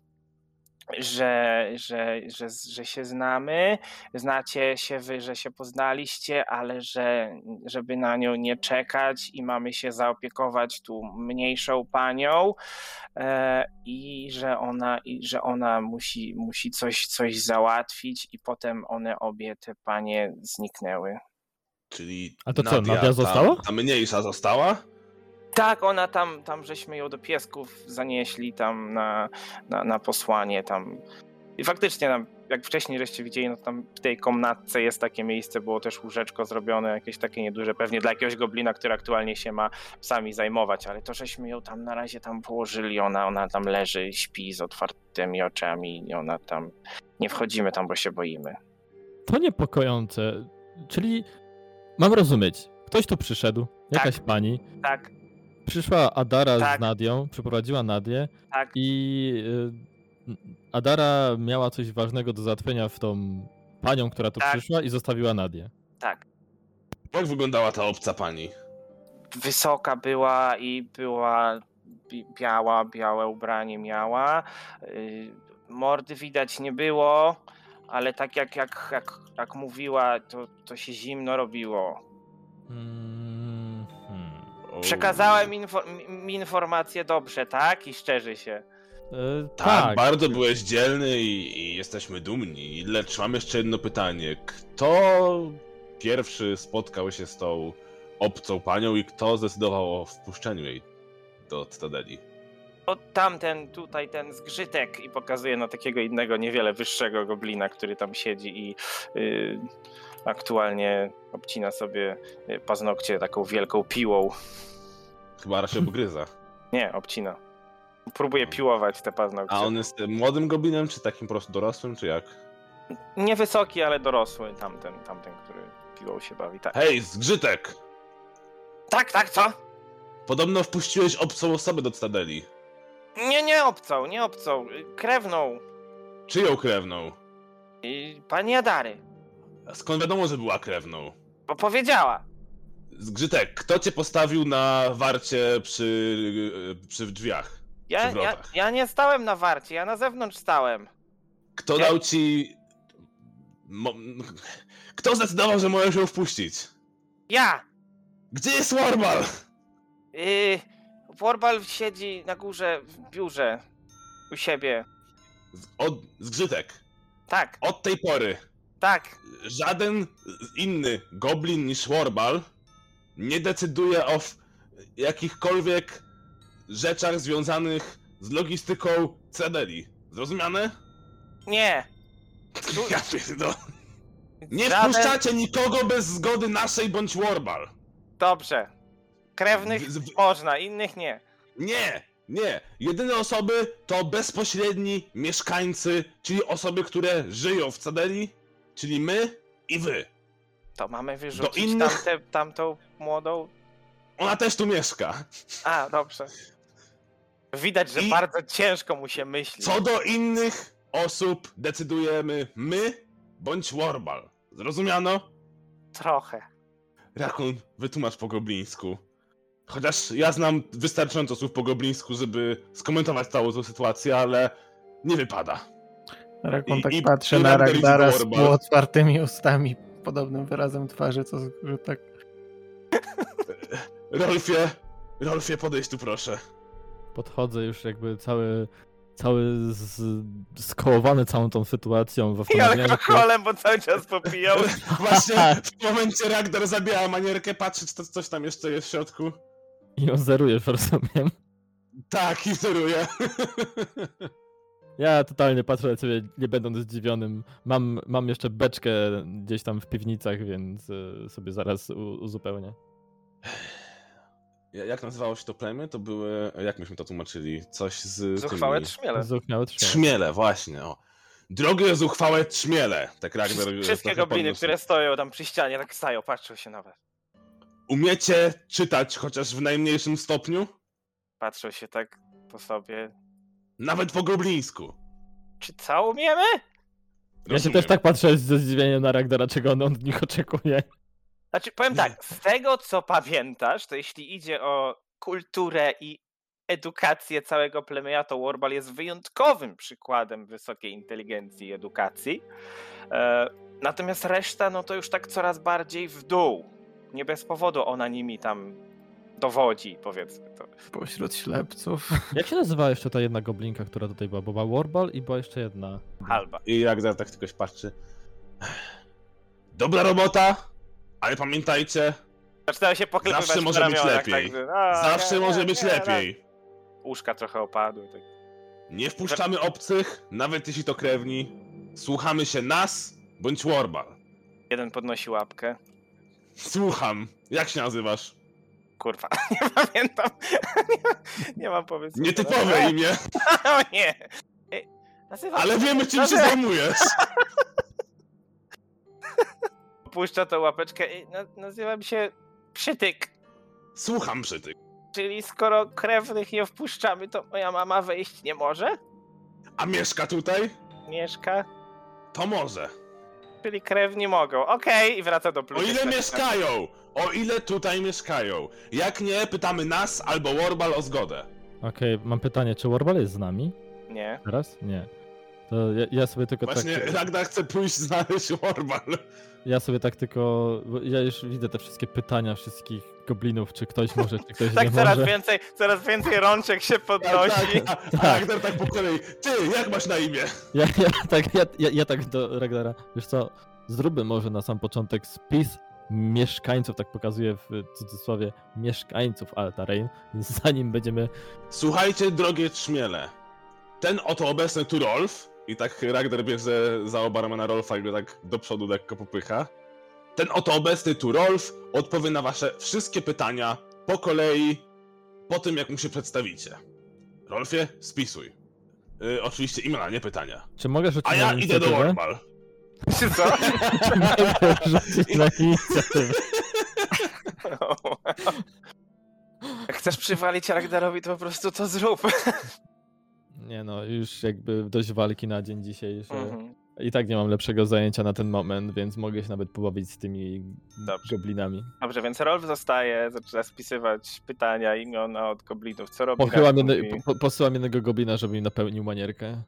że, że, że, że się znamy, znacie się wy, że się poznaliście, ale że żeby na nią nie czekać i mamy się zaopiekować tu mniejszą panią e, i że ona, i że ona musi, musi coś, coś załatwić i potem one obie te panie zniknęły. Czyli A to co, Nadia, Nadia została? Ta, ta mniejsza została? Tak, ona tam, tam żeśmy ją do piesków zanieśli tam na, na, na posłanie tam. I faktycznie tam, jak wcześniej żeście widzieli, no tam w tej komnatce jest takie miejsce, było też łóżeczko zrobione, jakieś takie nieduże, pewnie dla jakiegoś goblina, który aktualnie się ma psami zajmować, ale to żeśmy ją tam na razie tam położyli, ona, ona tam leży, śpi z otwartymi oczami i ona tam, nie wchodzimy tam, bo się boimy. To niepokojące. Czyli mam rozumieć, ktoś tu przyszedł, jakaś Tak. pani, Tak, przyszła Adara Tak. z Nadią, przyprowadziła Nadię tak, i y, Adara miała coś ważnego do załatwienia w tą panią, która tu Tak. przyszła i zostawiła Nadię. tak. Jak wyglądała ta obca pani? Wysoka była i była bi- biała, białe ubranie miała. Yy, Mordy widać nie było, ale tak jak, jak, jak, jak mówiła, to, to się zimno robiło. Mm, hmm. O, Przekazałem info- mi informację dobrze, tak? I szczerzy się. E, Tak, tak, bardzo byłeś dzielny i, i jesteśmy dumni. Lecz mam jeszcze jedno pytanie. Kto pierwszy spotkał się z tą obcą panią i kto zdecydował o wpuszczeniu jej do Cytadeli? O, tamten tutaj, ten zgrzytek i pokazuje na takiego innego, niewiele wyższego goblina, który tam siedzi i yy, aktualnie obcina sobie y, paznokcie taką wielką piłą. Chyba raczej obgryza. Nie, obcina. Próbuje piłować te paznokcie. A on jest młodym goblinem, czy takim po prostu dorosłym, czy jak? Niewysoki, ale dorosły tamten, tamten, który piłą się bawi. Tak, Hej, zgrzytek! tak, tak, co? Podobno wpuściłeś obcą osobę do Cytadeli. Nie, nie obcą, nie obcą. y, Krewną. Czyją krewną? I pani Adary. A skąd wiadomo, że była krewną? Bo powiedziała. Zgrzytek, kto cię postawił na warcie przy, przy drzwiach? Ja, Przy ja, wrotach? ja nie stałem na warcie, ja na zewnątrz stałem. Kto Ja- dał ci... Mo... Kto zdecydował, że możesz ją wpuścić? Ja! Gdzie jest Warbal? Yy, Worbal siedzi na górze w biurze u siebie. Z- Od... Zgrzytek, Tak, od tej pory tak. żaden inny goblin niż Warbal nie decyduje o w- jakichkolwiek rzeczach związanych z logistyką Cytadeli. Zrozumiane? Nie. Tu- Ja pierdolę. Nie Żaden- wpuszczacie nikogo bez zgody naszej bądź Warbal. Dobrze. Krewnych Z- z- można, innych nie. Nie, nie. Jedyne osoby to bezpośredni mieszkańcy, czyli osoby, które żyją w Cytadeli, czyli my i wy. To mamy wyrzucić innych- tamte, tamtą młodą. Ona też tu mieszka. A, dobrze. Widać, że I- bardzo ciężko mu się myśli. Co do innych osób decydujemy my bądź Warbal. Zrozumiano? Trochę. Rakun, wytłumacz po goblińsku. Chociaż ja znam wystarczająco słów po goblińsku, żeby skomentować całą tą sytuację, ale nie wypada. Rakun I- tak i- patrzy i na Ragnar i Ragdara z Zorbal. półotwartymi ustami, podobnym wyrazem twarzy, co że tak. Rolfie, Rolfie, podejdź tu proszę. podchodzę już jakby cały, cały z, skołowany całą tą sytuacją. W I zastanawianiu się- alkoholem, bo cały czas popijał. Właśnie w momencie Ragnar zabija manierkę, patrzy, czy to coś tam jeszcze jest w środku. I ją zerujesz, rozumiem. Tak, i zeruję. Ja totalnie patrzę na ciebie, nie będąc zdziwionym. Mam, mam jeszcze beczkę gdzieś tam w piwnicach, więc y, sobie zaraz u, uzupełnię. Ja- Jak nazywało się to plemię? To były, jak myśmy to tłumaczyli? Coś z Zuchwałe tymi... trzmiele. Zuchmiały trzy. Trzmiele, właśnie, o. Drogie, zuchwałe trzmiele. Tak Ragnar Wszystkie trochę gobliny, podniósł. które stoją tam przy ścianie, tak stają, patrzą się na was. Umiecie czytać chociaż w najmniejszym stopniu? Patrzą się tak po sobie. Nawet po goblińsku. Czy co umiemy? Ja się Rozumiem. też tak patrzę ze zdziwieniem na Ragnara, czego on od nich oczekuje. Znaczy, powiem tak, z tego co pamiętasz, to jeśli idzie o kulturę i edukację całego plemienia, to Warbal jest wyjątkowym przykładem wysokiej inteligencji i edukacji. E, natomiast reszta, no to już tak coraz bardziej w dół. Nie bez powodu ona nimi tam dowodzi, powiedzmy to. Pośród ślepców. Jak się nazywała jeszcze ta jedna goblinka, która tutaj była? Bo była Warbal i była jeszcze jedna. Halba. I Ragnar tak tylko się patrzy. Dobra robota, ale pamiętajcie, Zaczynają się poklepywać Zawsze po może być ramionach, lepiej. Tak, że, a, zawsze nie, może nie, być nie, lepiej. no. Uszka trochę opadły. Tak. Nie wpuszczamy obcych, nawet jeśli to krewni. Słuchamy się nas, bądź Warbal. Jeden podnosi łapkę. Słucham. Jak się nazywasz? Kurwa, nie pamiętam. nie, nie mam pomysłu. Nietypowe imię, O nie. Ej, Nazywam ale wiemy czym się Nazywam- zajmujesz. Puszcza tą łapeczkę. Ej, na- Nazywam się Przytyk. Słucham, przytyk. Czyli skoro krewnych nie wpuszczamy, to moja mama wejść nie może? A mieszka tutaj? Mieszka? To może. Czyli krewni mogą. Okej, i wraca do O plucia. ile mieszkają? O ile tutaj mieszkają? Jak nie, pytamy nas albo Warbal o zgodę. Okej, mam pytanie, czy Warbal jest z nami Nie. teraz? Nie. To ja, ja sobie tylko Właśnie tak... Ragnar chce pójść znaleźć Warbal. Ja sobie tak tylko... bo ja już widzę te wszystkie pytania wszystkich goblinów, czy ktoś może, czy ktoś Tak nie coraz może. więcej, coraz więcej rączek się Tak, podnosi. tak, a, a Ragnar tak po kolei. Ty, jak masz na imię? Ja, ja, tak, ja, ja, ja tak do Ragnara, wiesz co, zróbmy może na sam początek spis mieszkańców, tak pokazuję w cudzysłowie, mieszkańców Altarain, zanim będziemy... Słuchajcie, drogie trzmiele. Ten oto obecny tu Rolf, i tak Ragnar bierze za oba ramiona Rolfa i go tak do przodu lekko popycha. Ten oto obecny tu Rolf odpowie na wasze wszystkie pytania po kolei, po tym jak mu się przedstawicie. Rolfie, spisuj. Yy, oczywiście imiona, nie pytania. Czy mogę rzucić A na ja idę do inicjatywę? Warbal. Czy co? Czy mogę rzucić na inicjatywę? Jak chcesz przywalić Ragnarowi, to po prostu to zrób. Nie no, już jakby dość walki na dzień dzisiejszy. Mhm. I tak nie mam lepszego zajęcia na ten moment, więc mogę się nawet pobawić z tymi Dobrze. goblinami. Dobrze, więc Rolf zostaje, zaczyna spisywać pytania, imiona od goblinów, co robi. Pochyłam jak jedne, mówi. po, posyłam jednego goblina, żeby mi napełnił manierkę.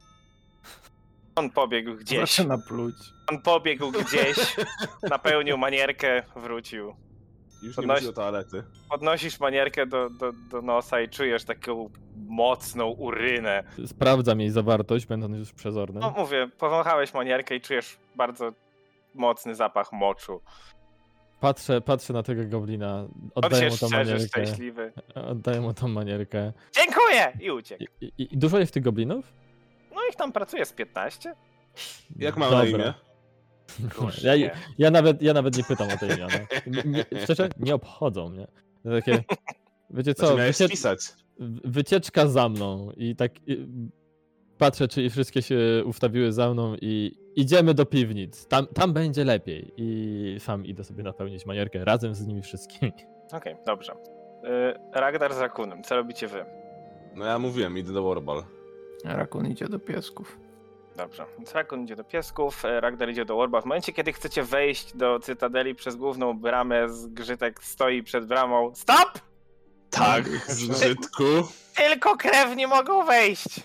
On pobiegł gdzieś, Zaczyna pluć. on pobiegł gdzieś, napełnił manierkę, wrócił. Już nie Podnoś- musi do toalety. Podnosisz manierkę do, do, do nosa i czujesz taką mocną urynę. Sprawdzam jej zawartość, będąc już przezorny. No mówię, powąchałeś manierkę i czujesz bardzo mocny zapach moczu. Patrzę, patrzę na tego goblina, On oddaję się mu tą szczerze manierkę. szczęśliwy. Oddaję mu tą manierkę. Dziękuję! I uciekł. I, i, i dużo jest tych goblinów? No ich tam pracuje z piętnaście. Jak ma na Dobra. imię? Ja, Nie. ja, nawet, ja nawet nie pytam o te imiona. Nie, nie, szczerze, nie obchodzą mnie. To takie, wiecie co, Znaczy miałeś wycie, spisać. wycieczka za mną i tak i, patrzę, czy wszystkie się ustawiły za mną i idziemy do piwnic. Tam, tam będzie lepiej. I sam idę sobie napełnić manierkę razem z nimi wszystkimi. Okej, dobrze. Y, Ragnar z Rakunem, co robicie wy? No ja mówiłem, idę do Warbal. Rakun idzie do piesków. Dobrze, więc Rakun idzie do piesków, e, Ragnar idzie do Warba. W momencie, kiedy chcecie wejść do Cytadeli przez główną bramę, Zgrzytek stoi przed bramą. Stop! Tak, zgrzytku. Tylko krewni mogą wejść!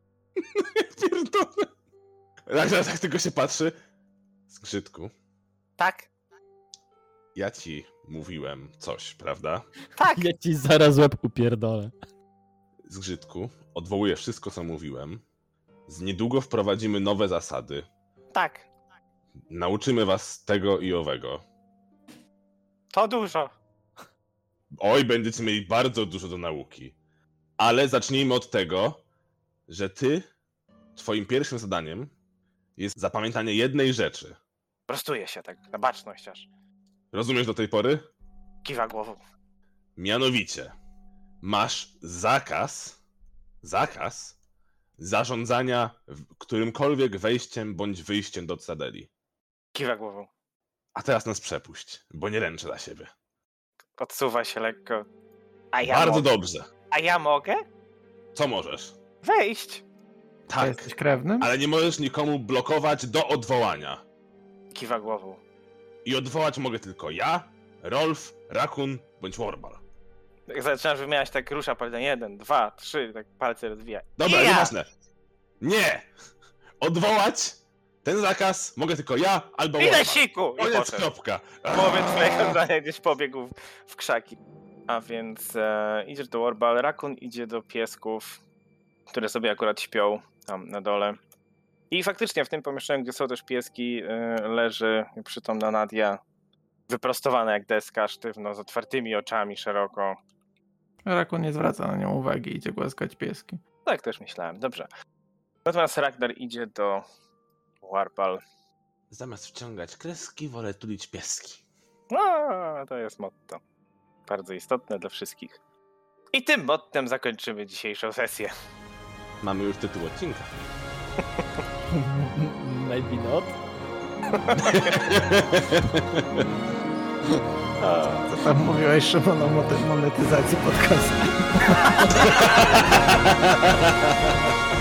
Pierdolę. Ragnar tak tylko się patrzy. Zgrzytku, Tak? ja ci mówiłem coś, prawda? Tak! Ja ci zaraz łeb upierdolę. Zgrzytku, odwołuję wszystko, co mówiłem. Z niedługo wprowadzimy nowe zasady. Tak. Nauczymy was tego i owego. To dużo. Oj, będziecie mieli bardzo dużo do nauki. Ale zacznijmy od tego, że ty twoim pierwszym zadaniem jest zapamiętanie jednej rzeczy. Prostuję się tak, na baczność aż. Rozumiesz do tej pory? Kiwa głową. Mianowicie, masz zakaz, zakaz zarządzania w- którymkolwiek wejściem bądź wyjściem do Citadeli. Kiwa głową. A teraz nas przepuść, bo nie ręczę dla siebie. Odsuwa się lekko. A ja Bardzo mogę. dobrze. A ja mogę? Co możesz? Wejść. Ty Tak, jesteś krewnym? ale nie możesz nikomu blokować do odwołania. Kiwa głową. I odwołać mogę tylko ja, Rolf, Rakun bądź Warbal. Jak zaczynam wymieniać, tak rusza palcem. Jeden, dwa, trzy, tak palce rozwija. Dobra, I ja! nieważne. Nie! Odwołać ten zakaz mogę tylko ja albo I na Warbal. siku! I Koniec, poszedł. kropka. W połowie twojego zdania gdzieś pobiegł w, w krzaki. A więc e, idziesz do Warbal, Rakun idzie do piesków, które sobie akurat śpią tam na dole. I faktycznie w tym pomieszczeniu, gdzie są też pieski, e, leży przytomna Nadia, wyprostowana jak deska, sztywno, z otwartymi oczami szeroko. Rakun nie zwraca na nią uwagi, idzie głaskać pieski. Tak też myślałem, dobrze. Natomiast Ragnar idzie do Warbal. Zamiast wciągać kreski, wolę tulić pieski. No, to jest motto. Bardzo istotne dla wszystkich. I tym mottem zakończymy dzisiejszą sesję. Mamy już tytuł odcinka. Maybe not. Co tam mówiłeś, Szymon, o moty- monetyzacji podcastu?